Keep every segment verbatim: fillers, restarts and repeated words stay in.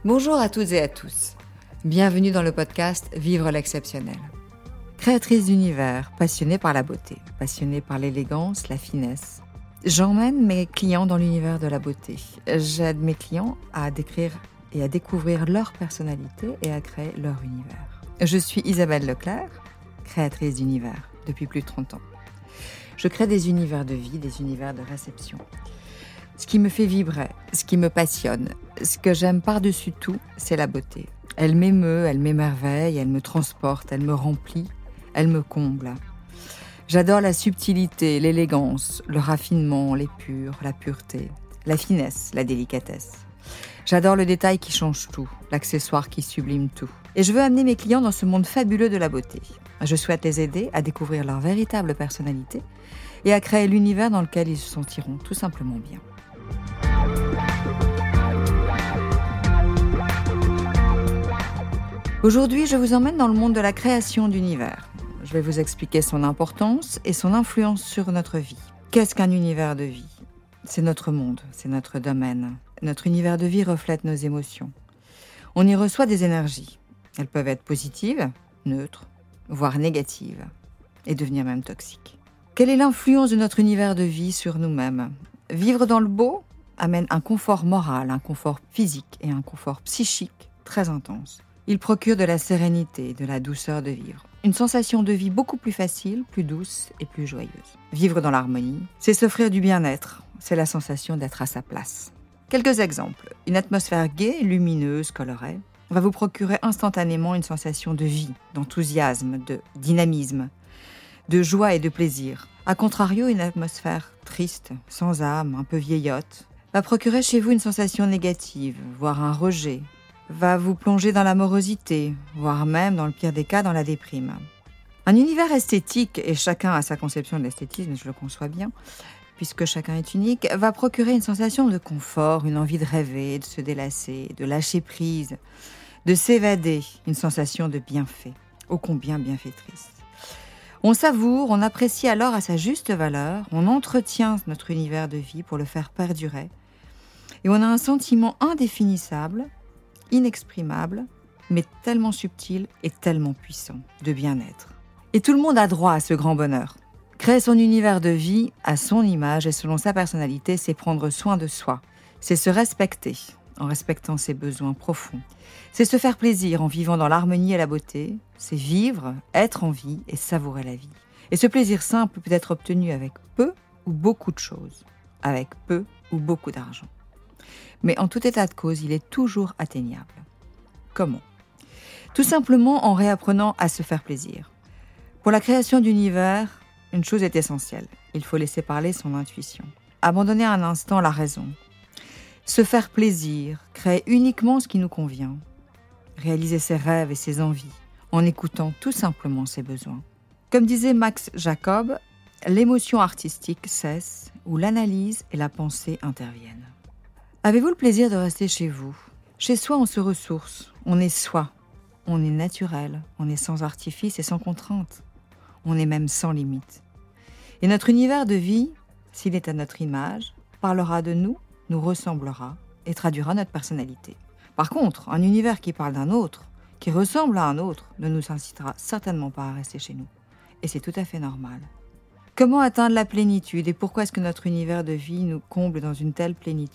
Bonjour à toutes et à tous. Bienvenue dans le podcast Vivre l'exceptionnel. Créatrice d'univers, passionnée par la beauté, passionnée par l'élégance, la finesse, j'emmène mes clients dans l'univers de la beauté. J'aide mes clients à décrire et à découvrir leur personnalité et à créer leur univers. Je suis Isabelle Leclerc, créatrice d'univers depuis plus de trente ans. Je crée des univers de vie, des univers de réception. Ce qui me fait vibrer, ce qui me passionne, ce que j'aime par-dessus tout, c'est la beauté. Elle m'émeut, elle m'émerveille, elle me transporte, elle me remplit, elle me comble. J'adore la subtilité, l'élégance, le raffinement, l'épure, la pureté, la finesse, la délicatesse. J'adore le détail qui change tout, l'accessoire qui sublime tout. Et je veux amener mes clients dans ce monde fabuleux de la beauté. Je souhaite les aider à découvrir leur véritable personnalité et à créer l'univers dans lequel ils se sentiront tout simplement bien. Aujourd'hui, je vous emmène dans le monde de la création d'univers. Je vais vous expliquer son importance et son influence sur notre vie. Qu'est-ce qu'un univers de vie ? C'est notre monde, c'est notre domaine. Notre univers de vie reflète nos émotions. On y reçoit des énergies. Elles peuvent être positives, neutres, voire négatives, et devenir même toxiques. Quelle est l'influence de notre univers de vie sur nous-mêmes ? Vivre dans le beau amène un confort moral, un confort physique et un confort psychique très intense. Il procure de la sérénité, de la douceur de vivre. Une sensation de vie beaucoup plus facile, plus douce et plus joyeuse. Vivre dans l'harmonie, c'est s'offrir du bien-être. C'est la sensation d'être à sa place. Quelques exemples. Une atmosphère gaie, lumineuse, colorée, va vous procurer instantanément une sensation de vie, d'enthousiasme, de dynamisme, de joie et de plaisir. A contrario, une atmosphère triste, sans âme, un peu vieillotte, va procurer chez vous une sensation négative, voire un rejet, va vous plonger dans la morosité, voire même, dans le pire des cas, dans la déprime. Un univers esthétique, et chacun a sa conception de l'esthétisme, je le conçois bien, puisque chacun est unique, va procurer une sensation de confort, une envie de rêver, de se délasser, de lâcher prise, de s'évader, une sensation de bienfait, ô combien bienfaitrice. On savoure, on apprécie alors à sa juste valeur, on entretient notre univers de vie pour le faire perdurer, et on a un sentiment indéfinissable, inexprimable, mais tellement subtil et tellement puissant de bien-être. Et tout le monde a droit à ce grand bonheur. Créer son univers de vie à son image et selon sa personnalité, c'est prendre soin de soi. C'est se respecter en respectant ses besoins profonds. C'est se faire plaisir en vivant dans l'harmonie et la beauté. C'est vivre, être en vie et savourer la vie. Et ce plaisir simple peut être obtenu avec peu ou beaucoup de choses, avec peu ou beaucoup d'argent. Mais en tout état de cause, il est toujours atteignable. Comment ? Tout simplement en réapprenant à se faire plaisir. Pour la création d'univers, une chose est essentielle. Il faut laisser parler son intuition. Abandonner un instant la raison. Se faire plaisir, créer uniquement ce qui nous convient. Réaliser ses rêves et ses envies en écoutant tout simplement ses besoins. Comme disait Max Jacob, l'émotion artistique cesse où l'analyse et la pensée interviennent. Avez-vous le plaisir de rester chez vous ? Chez soi, on se ressource, on est soi, on est naturel, on est sans artifice et sans contrainte, on est même sans limite. Et notre univers de vie, s'il est à notre image, parlera de nous, nous ressemblera et traduira notre personnalité. Par contre, un univers qui parle d'un autre, qui ressemble à un autre, ne nous incitera certainement pas à rester chez nous. Et c'est tout à fait normal. Comment atteindre la plénitude et pourquoi est-ce que notre univers de vie nous comble dans une telle plénitude ?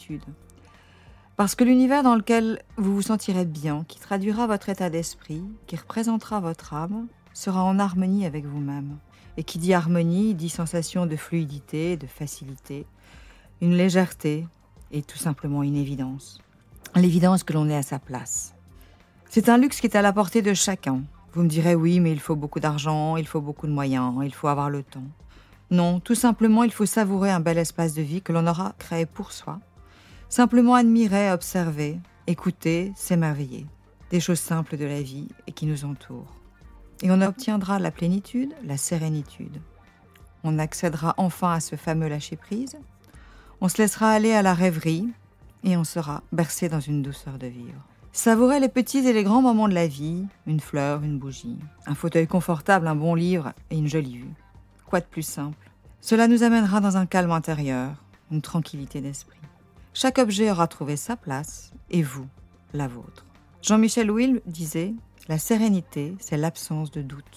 Parce que l'univers dans lequel vous vous sentirez bien, qui traduira votre état d'esprit, qui représentera votre âme, sera en harmonie avec vous-même. Et qui dit harmonie, dit sensation de fluidité, de facilité, une légèreté et tout simplement une évidence. L'évidence que l'on est à sa place. C'est un luxe qui est à la portée de chacun. Vous me direz oui, mais il faut beaucoup d'argent, il faut beaucoup de moyens, il faut avoir le temps. Non, tout simplement, il faut savourer un bel espace de vie que l'on aura créé pour soi. Simplement admirer, observer, écouter, s'émerveiller. Des choses simples de la vie et qui nous entourent. Et on obtiendra la plénitude, la sérénitude. On accédera enfin à ce fameux lâcher-prise. On se laissera aller à la rêverie et on sera bercé dans une douceur de vivre. Savourer les petits et les grands moments de la vie, une fleur, une bougie, un fauteuil confortable, un bon livre et une jolie vue. Quoi de plus simple ? Cela nous amènera dans un calme intérieur, une tranquillité d'esprit. Chaque objet aura trouvé sa place, et vous, la vôtre. Jean-Michel Ouil disait « La sérénité, c'est l'absence de doute. »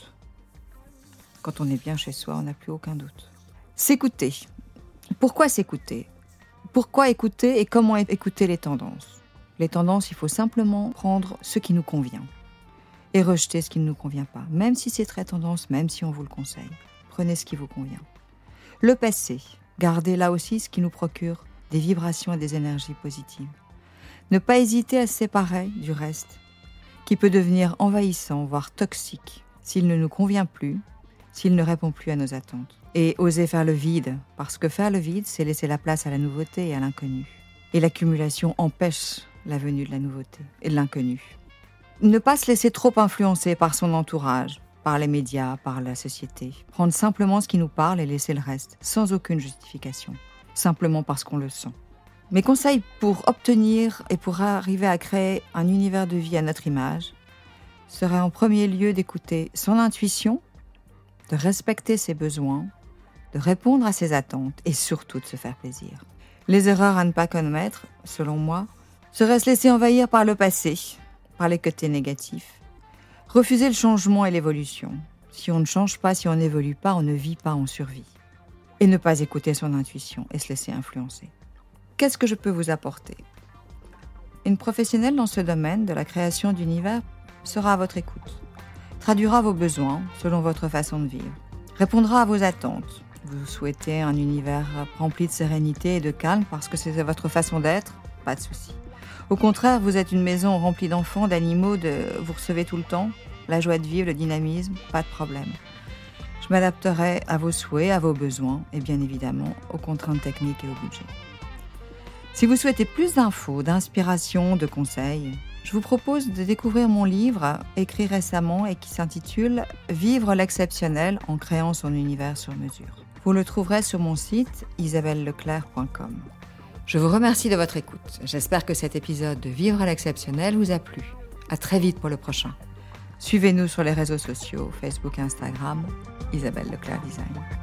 Quand on est bien chez soi, on n'a plus aucun doute. S'écouter. Pourquoi s'écouter ? Pourquoi écouter et comment écouter les tendances ? Les tendances, il faut simplement prendre ce qui nous convient et rejeter ce qui ne nous convient pas. Même si c'est très tendance, même si on vous le conseille. Prenez ce qui vous convient. Le passé. Gardez là aussi ce qui nous procure des vibrations et des énergies positives. Ne pas hésiter à se séparer du reste, qui peut devenir envahissant, voire toxique, s'il ne nous convient plus, s'il ne répond plus à nos attentes. Et oser faire le vide, parce que faire le vide, c'est laisser la place à la nouveauté et à l'inconnu. Et l'accumulation empêche la venue de la nouveauté et de l'inconnu. Ne pas se laisser trop influencer par son entourage, par les médias, par la société. Prendre simplement ce qui nous parle et laisser le reste, sans aucune justification, simplement parce qu'on le sent. Mes conseils pour obtenir et pour arriver à créer un univers de vie à notre image seraient en premier lieu d'écouter son intuition, de respecter ses besoins, de répondre à ses attentes et surtout de se faire plaisir. Les erreurs à ne pas commettre, selon moi, seraient se laisser envahir par le passé, par les côtés négatifs, refuser le changement et l'évolution. Si on ne change pas, si on n'évolue pas, on ne vit pas, on survit. Et ne pas écouter son intuition et se laisser influencer. Qu'est-ce que je peux vous apporter ? Une professionnelle dans ce domaine de la création d'univers sera à votre écoute, traduira vos besoins selon votre façon de vivre, répondra à vos attentes. Vous souhaitez un univers rempli de sérénité et de calme parce que c'est votre façon d'être ? Pas de souci. Au contraire, vous êtes une maison remplie d'enfants, d'animaux, de... vous recevez tout le temps la joie de vivre, le dynamisme, pas de problème. Je m'adapterai à vos souhaits, à vos besoins et bien évidemment aux contraintes techniques et au budget. Si vous souhaitez plus d'infos, d'inspiration, de conseils, je vous propose de découvrir mon livre écrit récemment et qui s'intitule « Vivre l'exceptionnel en créant son univers sur mesure ». Vous le trouverez sur mon site isabelle leclerc point com. Je vous remercie de votre écoute. J'espère que cet épisode de Vivre à l'exceptionnel vous a plu. À très vite pour le prochain. Suivez-nous sur les réseaux sociaux, Facebook et Instagram, Isabelle Leclerc Design.